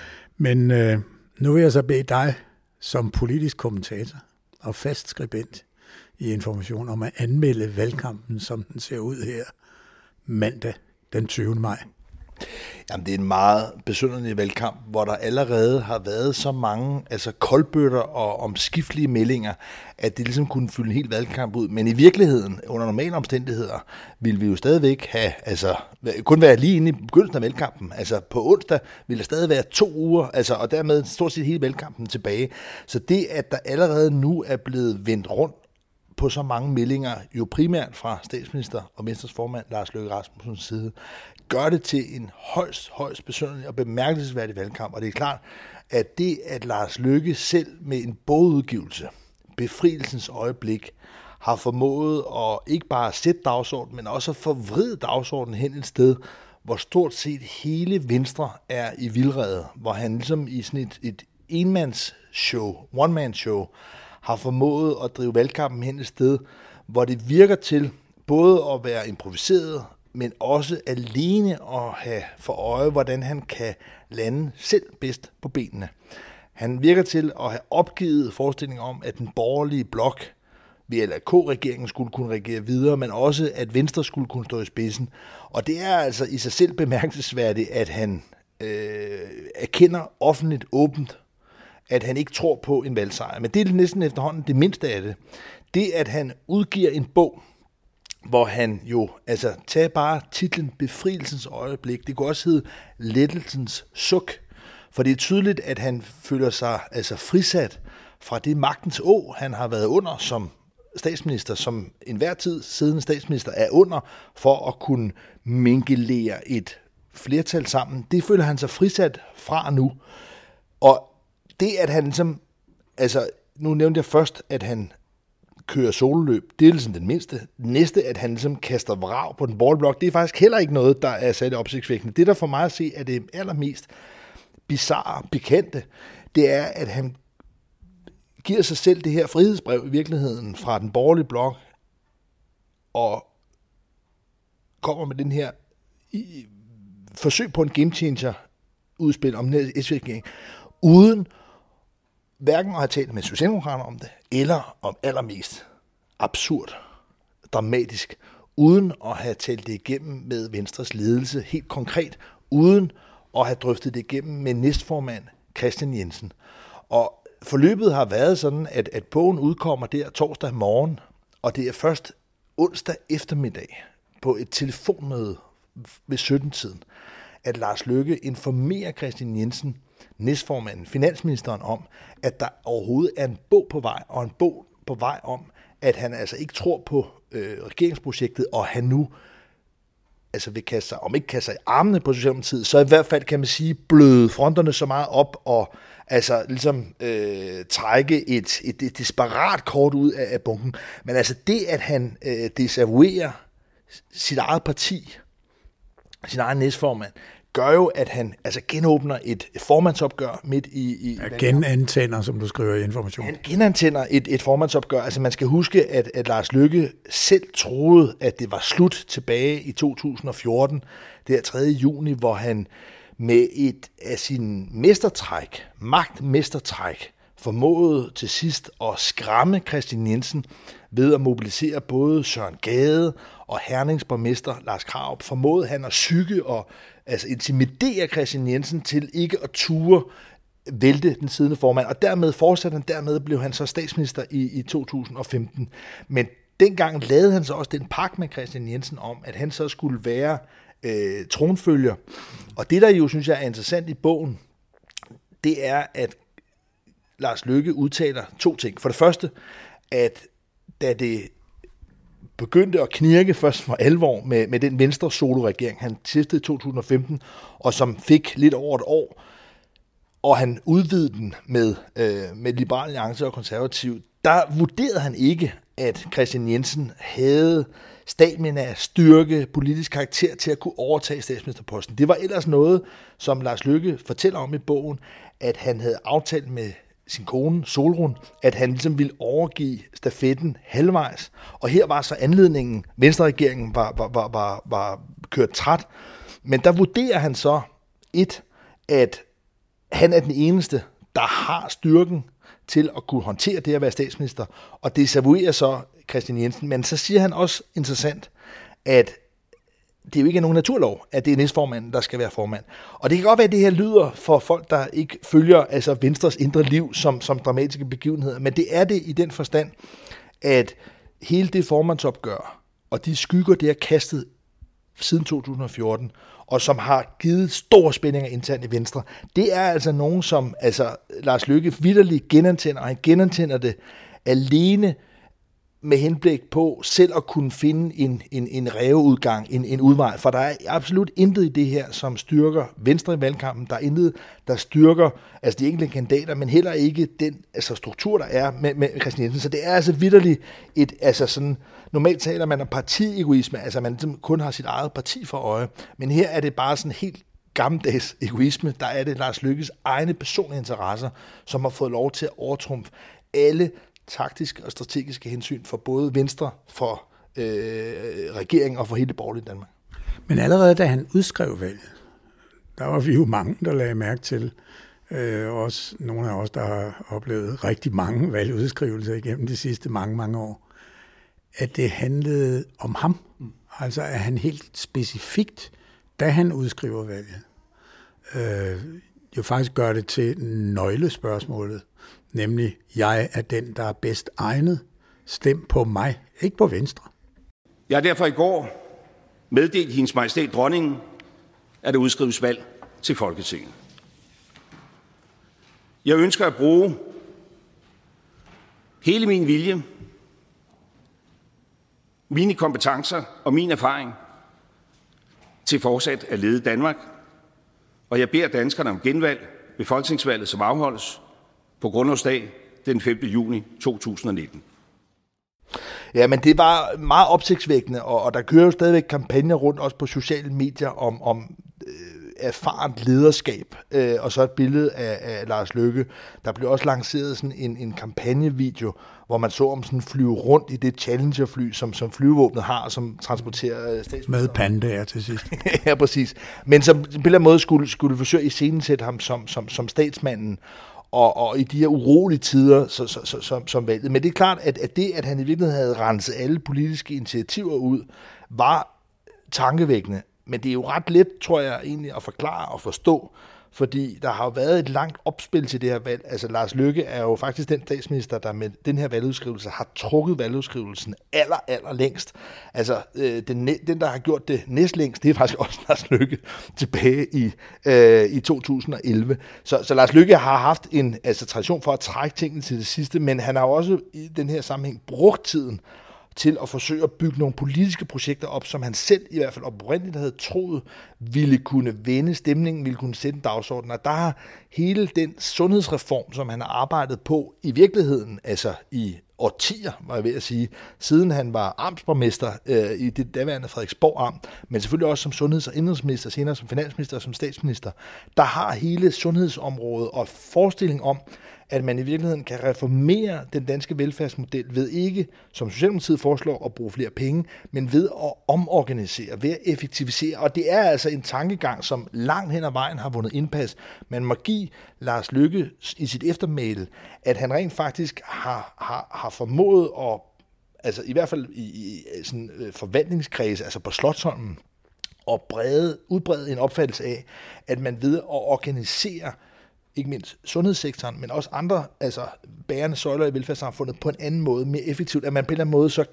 S1: Men øh, nu vil jeg så bede dig som politisk kommentator og fast skribent i Information om at anmelde valgkampen, som den ser ud her mandag den tyvende maj.
S11: Jamen, det er en meget besynderlig valgkamp, hvor der allerede har været så mange altså koldbøtter og omskiftelige meldinger, at det ligesom kunne fylde en hel valgkamp ud. Men i virkeligheden, under normale omstændigheder, ville vi jo stadigvæk have, altså, kun være lige inde i begyndelsen af valgkampen. Altså på onsdag ville der stadig være to uger, altså, og dermed stort set hele valgkampen tilbage. Så det, at der allerede nu er blevet vendt rundt på så mange meldinger, jo primært fra statsminister og Venstres formand Lars Løkke Rasmussens side, gør det til en højst, højst besynderlig og bemærkelsesværdig valgkamp. Og det er klart, at det, at Lars Løkke selv med en bogudgivelse, Befrielsens øjeblik, har formået at ikke bare sætte dagsordenen, men også at forvride dagsordenen hen et sted, hvor stort set hele Venstre er i vildrede, hvor han ligesom i sådan et, et enmandsshow, one-man-show, har formået at drive valgkampen hen et sted, hvor det virker til både at være improviseret, men også alene at have for øje, hvordan han kan lande selv bedst på benene. Han virker til at have opgivet forestillingen om, at den borgerlige blok ved L A K-regeringen skulle kunne regere videre, men også at Venstre skulle kunne stå i spidsen. Og det er altså i sig selv bemærkelsesværdigt, at han øh, erkender offentligt åbent, at han ikke tror på en valgsejr. Men det er næsten efterhånden det mindste af det. Det, at han udgiver en bog, hvor han jo, altså tag bare titlen Befrielsens øjeblik, det kunne også hedde Lettelsens suk, for det er tydeligt, at han føler sig altså frisat fra det magtens å, han har været under som statsminister, som enhver tid siddende statsminister er under, for at kunne mingelere et flertal sammen. Det føler han sig frisat fra nu. Og det, at han ligesom, altså nu nævnte jeg først, at han kører sololøb, det er ligesom den mindste. Næste, at han ligesom kaster vrag på den borgerlige blok, det er faktisk heller ikke noget, der er særlig opsigtsvækkende. Det, der for mig at se, er det allermest bizarre, pikante, det er, at han giver sig selv det her frihedsbrev i virkeligheden fra den borgerlige blok, og kommer med den her i, forsøg på en gamechanger udspil om den S V-regering, uden hverken at have talt med Socialdemokraterne om det, eller om allermest absurd, dramatisk, uden at have talt det igennem med Venstres ledelse, helt konkret, uden at have drøftet det igennem med næstformand Kristian Jensen. Og forløbet har været sådan, at, at bogen udkommer der torsdag morgen, og det er først onsdag eftermiddag på et telefonmøde ved sytten-tiden, at Lars Løkke informerer Kristian Jensen, næstformanden, finansministeren, om, at der overhovedet er en bog på vej, og en bog på vej om, at han altså ikke tror på øh, regeringsprojektet, og han nu altså vil kaste sig, om ikke kaste sig i armene på Socialdemokratiet, så i hvert fald kan man sige, bløde fronterne så meget op, og altså ligesom øh, trække et, et, et desperat kort ud af, af bunken. Men altså det, at han øh, desavouerer sit eget parti, sin egen næstformand, gør jo, at han altså genåbner et formandsopgør midt i... i
S1: ja, genantænder, som du skriver i Information.
S11: Han genantænder et, et formandsopgør. Altså man skal huske, at, at Lars Løkke selv troede, at det var slut tilbage i to tusind og fjorten, der tredje juni, hvor han med et af sine mestertræk, magtmestertræk, formåede til sidst at skræmme Kristian Jensen ved at mobilisere både Søren Gade og Hernings borgmester Lars Krarup. Formåede han at psyke og altså intimidere Kristian Jensen til ikke at ture vælte den siddende formand, og dermed fortsatte han, dermed blev han så statsminister i, i to tusind og femten. Men dengang lavede han så også den pagt med Kristian Jensen om, at han så skulle være øh, tronfølger. Og det, der jo synes jeg er interessant i bogen, det er, at Lars Løkke udtaler to ting. For det første, at da det begyndte at knirke først for alvor med, med den venstre solo-regering, han stiftede i to tusind og femten, og som fik lidt over et år, og han udvidede den med, øh, med Liberal Alliance og Konservativ, der vurderede han ikke, at Kristian Jensen havde stamina, styrke, politisk karakter til at kunne overtage statsministerposten. Det var ellers noget, som Lars Løkke fortæller om i bogen, at han havde aftalt med sin kone, Solrun, at han ligesom ville overgive stafetten halvvejs. Og her var så anledningen, Venstre-regeringen var, var, var, var, var kørt træt, men der vurderer han så et, at han er den eneste, der har styrken til at kunne håndtere det at være statsminister, og det serverer så Kristian Jensen. Men så siger han også interessant, at det jo ikke er nogen naturlov, at det er næstformanden, der skal være formand. Og det kan godt være, at det her lyder for folk, der ikke følger altså Venstres indre liv som, som dramatiske begivenheder, men det er det i den forstand, at hele det formandsopgør, og de skygger, det er kastet siden to tusind og fjorten, og som har givet store spændinger internt i Venstre, det er altså nogen, som altså, Lars Løkke vitterligt genantænder, og han genantænder det alene med henblik på selv at kunne finde en, en, en ræveudgang, en, en udvej. For der er absolut intet i det her, som styrker Venstre i valgkampen. Der er intet, der styrker altså de enkelte kandidater, men heller ikke den altså struktur, der er med, med Kristian Jensen. Så det er altså vitterligt et, altså sådan, normalt taler man om partiegoisme, altså man kun har sit eget parti for øje, men her er det bare sådan helt gammeldags egoisme. Der er det Lars Løkkes egne personlige interesser, som har fået lov til at overtrumfe alle taktiske og strategiske hensyn for både Venstre, for øh, regeringen og for hele det borgerlige Danmark.
S1: Men allerede da han udskrev valget, der var vi jo mange, der lagde mærke til, øh, også nogle af os, der har oplevet rigtig mange valgudskrivelser igennem de sidste mange, mange år, at det handlede om ham. Mm. Altså at han helt specifikt, da han udskriver valget, øh, jo faktisk gør det til nøglespørgsmålet, nemlig, jeg er den, der er bedst egnet. Stem på mig, ikke på Venstre.
S12: Jeg har derfor i går meddelt hendes majestæt dronningen, at der udskrives valg til Folketinget. Jeg ønsker at bruge hele min vilje, mine kompetencer og min erfaring til fortsat at lede Danmark, og jeg beder danskerne om genvalg ved folketingsvalget, som afholdes på grundlovsdag den femte juni to tusind og nitten.
S11: Ja, men det var meget opsigtsvækkende, og, og der kører jo stadigvæk kampagner rundt, også på sociale medier, om, om øh, erfarent lederskab, øh, og så et billede af, af Lars Løkke. Der blev også lanceret sådan en, en kampagnevideo, hvor man så om sådan flyve rundt i det Challenger-fly, som, som flyvevåbnet har, som transporterer øh, statsministeren.
S1: Med pandaer til sidst.
S11: Ja, præcis. Men som på en eller anden måde skulle, skulle forsøge at iscenesætte ham som, som, som statsmanden, Og, og i de her urolige tider så, så, så, som, som valget. Men det er klart, at, at det, at han i virkeligheden havde renset alle politiske initiativer ud, var tankevækkende. Men det er jo ret let, tror jeg, egentlig at forklare og forstå, fordi der har jo været et langt opspil til det her valg. Altså Lars Løkke er jo faktisk den statsminister, der med den her valgudskrivelse har trukket valgudskrivelsen aller, aller længst. Altså øh, den, den, der har gjort det næstlængst, det er faktisk også Lars Løkke tilbage i, øh, i to tusind og elleve. Så, så Lars Løkke har haft en altså, tradition for at trække tingene til det sidste, men han har også i den her sammenhæng brugt tiden til at forsøge at bygge nogle politiske projekter op, som han selv i hvert fald oprindeligt havde troet ville kunne vende stemningen, ville kunne sætte en dagsorden. Og der har hele den sundhedsreform, som han har arbejdet på i virkeligheden, altså i årtier, var jeg ved at sige, siden han var amtsborgmester øh, i det daværende Frederiksborg Amt, men selvfølgelig også som sundheds- og indenrigsminister, senere som finansminister og som statsminister, der har hele sundhedsområdet og forestilling om, at man i virkeligheden kan reformere den danske velfærdsmodel ved ikke, som Socialdemokratiet foreslår, at bruge flere penge, men ved at omorganisere, ved at effektivisere. Og det er altså en tankegang, som langt hen ad vejen har vundet indpas. Man må give Lars Løkke i sit eftermæle, at han rent faktisk har, har, har formået at, altså i hvert fald i, i sådan forvaltningskreds, altså på Slotsholmen, at brede, udbrede en opfattelse af, at man ved at organisere ikke mindst sundhedssektoren, men også andre altså bærende søjler i velfærdssamfundet på en anden måde, mere effektivt, at man på en eller anden måde så kan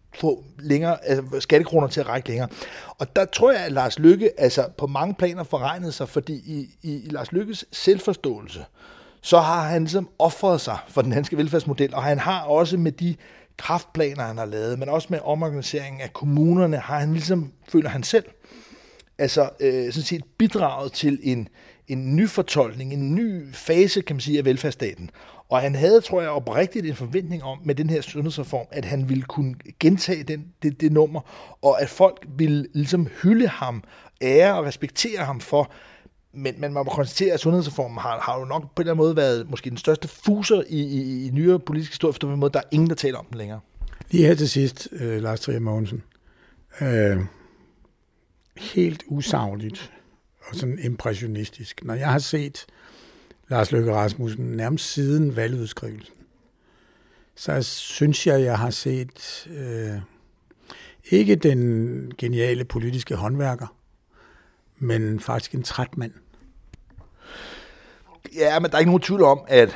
S11: få længere, altså skattekroner til at række længere. Og der tror jeg, at Lars Løkke altså på mange planer forregnede sig, fordi i, i, i Lars Løkkes selvforståelse, så har han ligesom offret sig for den danske velfærdsmodel, og han har også med de kraftplaner, han har lavet, men også med omorganiseringen af kommunerne, har han ligesom, føler han selv, altså øh, sådan set bidraget til en, en ny fortolkning, en ny fase, kan man sige, af velfærdsstaten. Og han havde, tror jeg, oprigtigt en forventning om med den her sundhedsreform, at han ville kunne gentage den, det, det nummer, og at folk ville ligesom hylde ham, ære og respektere ham for. Men, men man må konstatere, at sundhedsreformen har, har jo nok på en eller anden måde været måske den største fuser i, i, i nyere politisk historie, for på en måde, der er ingen, der taler om den længere.
S1: Lige her til sidst, øh, Lars Trier Mogensen. Øh, helt usagligt og sådan impressionistisk. Når jeg har set Lars Løkke Rasmussen nærmest siden valgudskrivelsen, så synes jeg, jeg har set øh, ikke den geniale politiske håndværker, men faktisk en træt mand.
S11: Ja, men der er ikke nogen tvivl om, at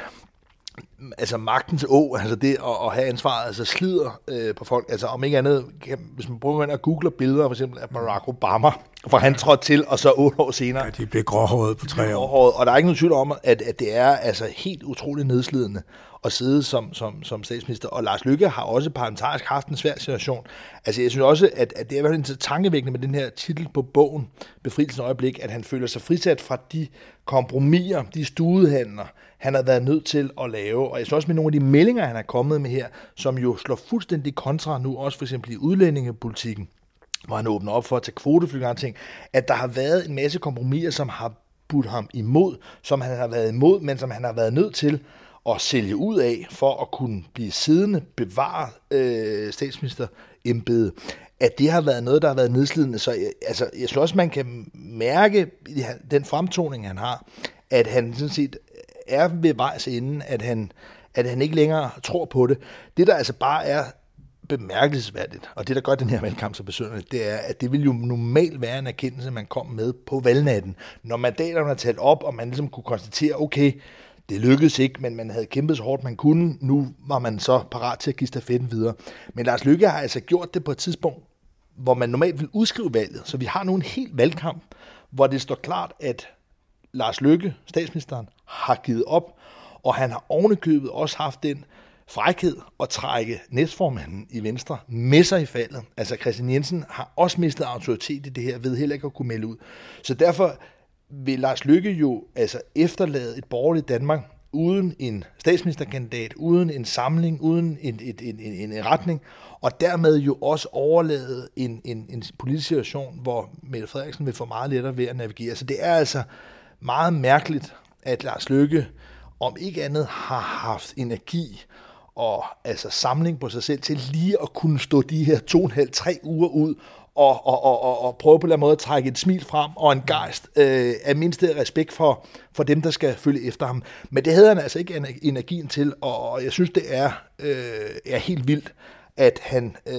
S11: altså magtens å, altså det at, at have ansvaret, altså slider øh, på folk, altså om ikke andet, kan, hvis man prøver at google billeder, for eksempel af Barack Obama, for han trådte til, og så otte år senere.
S1: Ja, de blev gråhåret på tre år.
S11: Og der er ikke nogen tvivl om, at, at det er altså helt utroligt nedslidende at sidde som, som, som statsminister. Og Lars Løkke har også parlamentarisk haft en svær situation. Altså jeg synes også, at, at det er virkelig tankevækkende med den her titel på bogen, Befrielsens øjeblik, at han føler sig frisat fra de kompromiser, de studehandler, han har været nødt til at lave. Og jeg synes også med nogle af de meldinger, han er kommet med her, som jo slår fuldstændig kontra nu, også for eksempel i udlændingepolitikken, hvor han åbner op for at tage kvoteflygtninge og ting, at der har været en masse kompromiser, som har budt ham imod, som han har været imod, men som han har været nødt til at sælge ud af, for at kunne blive siddende, bevare øh, statsministerembedet, at det har været noget, der har været nedslidende. Så jeg, altså, jeg synes også, man kan mærke i den fremtoning, han har, at han sådan set er ved vejs ende, at han, at han ikke længere tror på det. Det, der altså bare er bemærkelsesværdigt, og det, der gør den her valgkamp så besynderligt, det er, at det vil jo normalt være en erkendelse, man kom med på valgnatten. Når mandaterne er talt op, og man ligesom kunne konstatere, okay, det lykkedes ikke, men man havde kæmpet så hårdt, man kunne. Nu var man så parat til at give stafetten videre. Men Lars Løkke har altså gjort det på et tidspunkt, hvor man normalt vil udskrive valget. Så vi har nu en helt valgkamp, hvor det står klart, at Lars Løkke, statsministeren, har givet op, og han har ovenikøbet også haft den frækhed at trække næstformanden i Venstre med sig i faldet. Altså Kristian Jensen har også mistet autoritet i det her, ved heller ikke at kunne melde ud. Så derfor vil Lars Løkke jo altså efterlade et borgerligt Danmark uden en statsministerkandidat, uden en samling, uden en, en, en, en, en retning, og dermed jo også overlade en, en, en politisk situation, hvor Mette Frederiksen vil få meget lettere ved at navigere. Så det er altså meget mærkeligt, at Lars Løkke om ikke andet har haft energi og altså samling på sig selv til lige at kunne stå de her to og en halv, tre uger ud og, og, og, og, og prøve på en eller anden måde at trække et smil frem og en gejst øh, af mindste respekt for, for dem, der skal følge efter ham. Men det havde han altså ikke energien til, og jeg synes, det er, øh, er helt vildt, at han øh,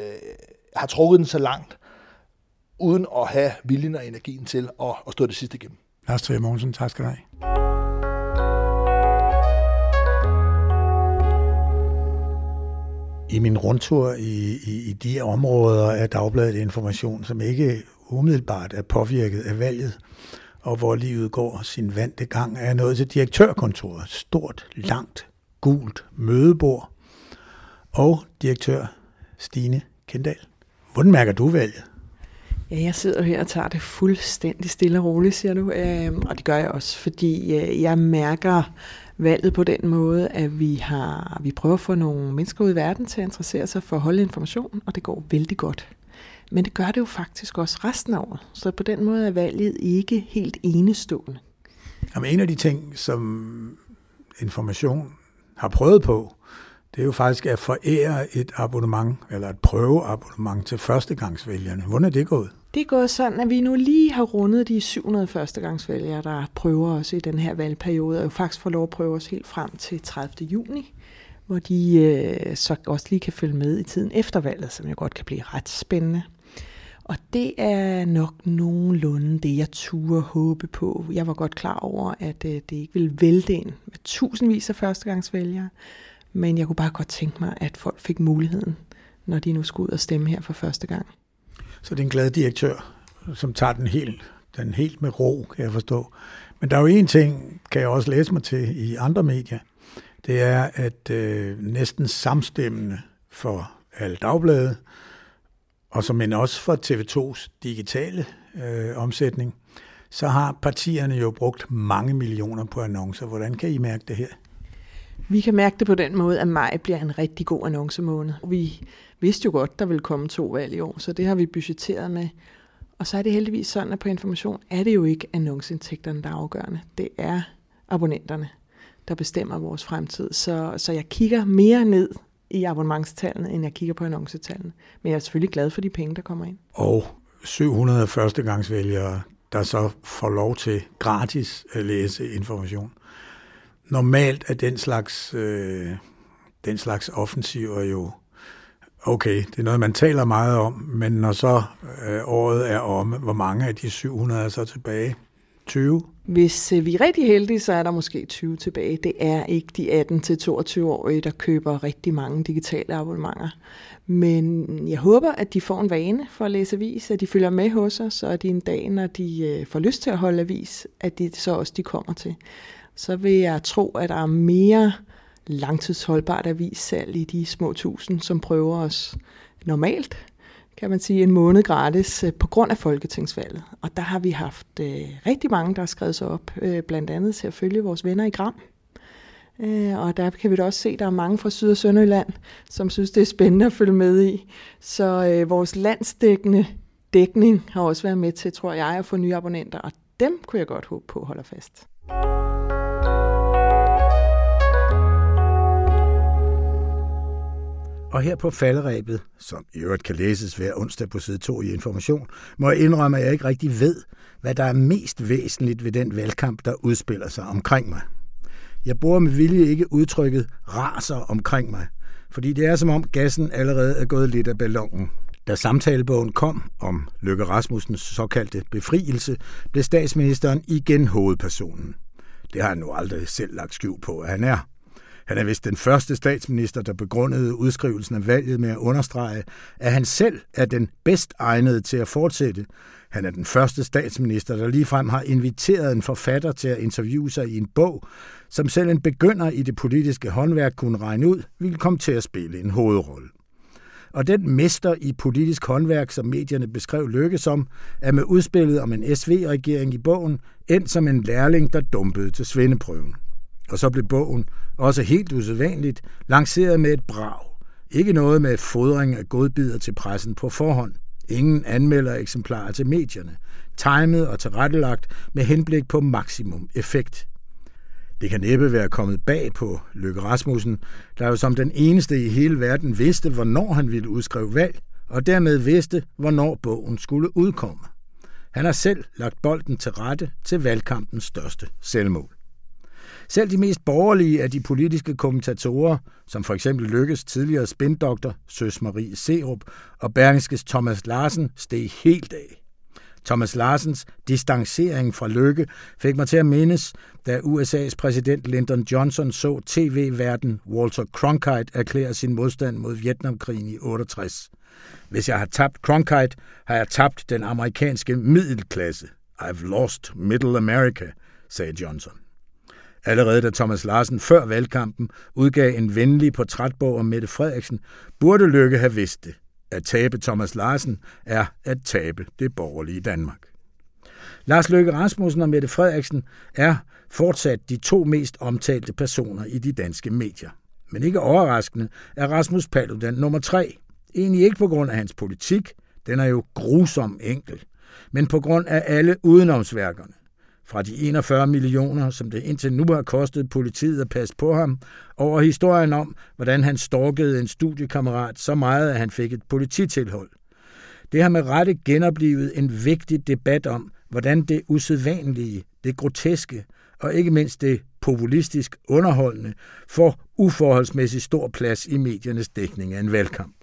S11: har trukket den så langt, uden at have viljen og energien til at, at stå det sidste igennem.
S1: Lars Trier Mogensen, tak skal du have. I min rundtur i, i, i de områder af Dagbladet Information, som ikke umiddelbart er påvirket af valget, og hvor livet går sin vante gang, er jeg nået til direktørkontoret. Stort, langt, gult mødebord. Og direktør Stine Kindahl. Hvordan mærker du valget?
S13: Ja, jeg sidder her og tager det fuldstændig stille og roligt, siger du. Øhm, og det gør jeg også, fordi øh, jeg mærker valget på den måde, at vi har vi prøver at få nogle mennesker ud i verden til at interessere sig for at holde information, og det går vældig godt. Men det gør det jo faktisk også resten af året. Så på den måde er valget ikke helt enestående.
S1: Jamen, en af de ting, som Information har prøvet på, det er jo faktisk at forære et abonnement, eller et prøveabonnement til førstegangsvælgerne. Hvordan er det gået?
S13: Det er gået sådan, at vi nu lige har rundet de syv hundrede førstegangsvælgere, der prøver os i den her valgperiode, og jo faktisk får lov at prøve os helt frem til tredivte juni, hvor de øh, så også lige kan følge med i tiden efter valget, som jo godt kan blive ret spændende. Og det er nok nogenlunde det, jeg turde håbe på. Jeg var godt klar over, at øh, det ikke ville vælte ind med tusindvis af førstegangsvælgere, men jeg kunne bare godt tænke mig, at folk fik muligheden når de nu skal ud og stemme her for første gang.
S1: Så det er en glad direktør, som tager den helt, den helt med ro, kan jeg forstå. Men der er jo en ting, kan jeg også læse mig til i andre medier, det er, at øh, næsten samstemmende for alle dagblade, og som end også for T V to's digitale øh, omsætning, så har partierne jo brugt mange millioner på annoncer. Hvordan kan I mærke det her?
S13: Vi kan mærke det på den måde, at maj bliver en rigtig god annoncemåned. Vi vidste jo godt, der ville komme to valg i år, så det har vi budgetteret med. Og så er det heldigvis sådan, at på Information er det jo ikke annonceindtægterne, der er afgørende. Det er abonnenterne, der bestemmer vores fremtid. Så, så jeg kigger mere ned i abonnementstallene, end jeg kigger på annoncetallene. Men jeg er selvfølgelig glad for de penge, der kommer ind.
S1: Og syv hundrede førstegangsvælgere, der så får lov til gratis at læse Information. Normalt er den slags, øh, den slags offensiver jo okay. Det er noget, man taler meget om, men når så øh, året er omme, hvor mange af de syv hundrede er så tilbage? tyve?
S13: Hvis øh, vi er rigtig heldige, så er der måske tyve tilbage. Det er ikke de atten til toogtyve-årige, der køber rigtig mange digitale abonnementer. Men jeg håber, at de får en vane for at læse avis, at de følger med hos os, og at de en dag, når de øh, får lyst til at holde avis, at de så også de kommer til. Så vil jeg tro, at der er mere langtidsholdbart avissalg i de små tusind, som prøver os normalt, kan man sige, en måned gratis på grund af folketingsvalget. Og der har vi haft øh, rigtig mange, der har skrevet sig op, øh, blandt andet til at følge vores venner i Gram. Øh, og der kan vi da også se, at der er mange fra Syd- og Sønderjylland, som synes, det er spændende at følge med i. Så øh, vores landsdækkende dækning har også været med til, tror jeg, at få nye abonnenter, og dem kunne jeg godt håbe på holder fast.
S1: Og her på falderebet, som i øvrigt kan læses hver onsdag på side to i Information, må jeg indrømme, at jeg ikke rigtig ved, hvad der er mest væsentligt ved den valgkamp, der udspiller sig omkring mig. Jeg bruger med vilje ikke udtrykket raser omkring mig, fordi det er som om gassen allerede er gået lidt af ballonen. Da samtalebogen kom om Løkke Rasmussens såkaldte befrielse, blev statsministeren igen hovedpersonen. Det har han nu aldrig selv lagt skjul på, at han er. Han er vist den første statsminister, der begrundede udskrivelsen af valget med at understrege, at han selv er den bedst egnede til at fortsætte. Han er den første statsminister, der ligefrem har inviteret en forfatter til at interviewe sig i en bog, som selv en begynder i det politiske håndværk kunne regne ud, ville komme til at spille en hovedrolle. Og den mester i politisk håndværk, som medierne beskrev Løkke som, er med udspillet om en S V-regering i bogen endt som en lærling, der dumpede til svendeprøven. Og så blev bogen, også helt usædvanligt, lanceret med et brag. Ikke noget med fodring af godbidder til pressen på forhånd. Ingen anmelder eksemplarer til medierne. Timet og tilrettelagt med henblik på maksimum effekt. Det kan næppe være kommet bag på Løkke Rasmussen, der jo som den eneste i hele verden vidste, hvornår han ville udskrive valg, og dermed vidste, hvornår bogen skulle udkomme. Han har selv lagt bolden til rette til valgkampens største selvmål. Selv de mest borgerlige af de politiske kommentatorer, som for eksempel Løkkes tidligere spindoktor, Søs Marie Serup og Berlingskes Thomas Larsen, steg helt af. Thomas Larsens distancering fra Løkke fik mig til at mindes, da U S A's præsident Lyndon Johnson så tv-værten Walter Cronkite erklære sin modstand mod Vietnamkrigen i otteogtres. Hvis jeg har tabt Cronkite, har jeg tabt den amerikanske middelklasse. I've lost Middle America, sagde Johnson. Allerede da Thomas Larsen før valgkampen udgav en venlig portrætbog om Mette Frederiksen, burde Løkke have vidst det. At tabe Thomas Larsen er at tabe det borgerlige Danmark. Lars Løkke Rasmussen og Mette Frederiksen er fortsat de to mest omtalte personer i de danske medier. Men ikke overraskende er Rasmus Paludan nummer tre. Egentlig ikke på grund af hans politik, den er jo grusom enkel, men på grund af alle udenomsværkerne. Fra de enogfyrre millioner, som det indtil nu har kostet politiet at passe på ham, over historien om, hvordan han stalkede en studiekammerat så meget, at han fik et polititilhold. Det har med rette genoplevet en vigtig debat om, hvordan det usædvanlige, det groteske og ikke mindst det populistisk underholdende får uforholdsmæssigt stor plads i mediernes dækning af en valgkamp.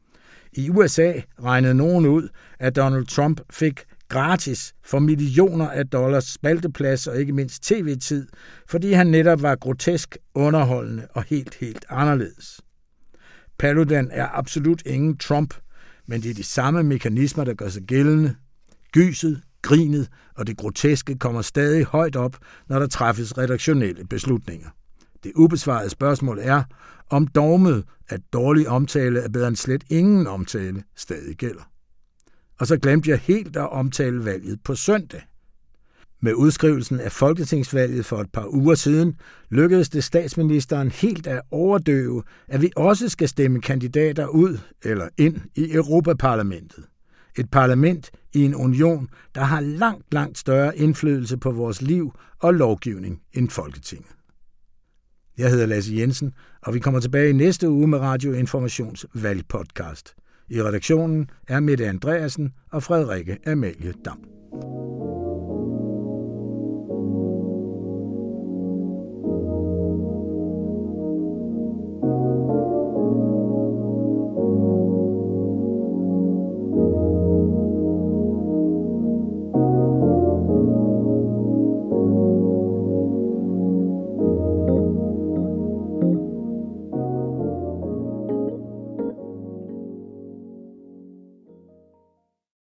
S1: I U S A regnede nogen ud, at Donald Trump fik gratis for millioner af dollars spalteplads og ikke mindst tv-tid, fordi han netop var grotesk, underholdende og helt, helt anderledes. Paludan er absolut ingen Trump, men det er de samme mekanismer, der gør sig gældende. Gyset, grinet og det groteske kommer stadig højt op, når der træffes redaktionelle beslutninger. Det ubesvarede spørgsmål er, om dogmet, at dårlig omtale er bedre end slet ingen omtale, stadig gælder. Og så glemte jeg helt at omtale valget på søndag. Med udskrivelsen af folketingsvalget for et par uger siden lykkedes det statsministeren helt at overdøve, at vi også skal stemme kandidater ud eller ind i Europaparlamentet. Et parlament i en union, der har langt, langt større indflydelse på vores liv og lovgivning end Folketinget. Jeg hedder Lasse Jensen, og vi kommer tilbage i næste uge med Radio Informations valgpodcast. I redaktionen er Mette Andreasen og Frederikke Amalie Dam.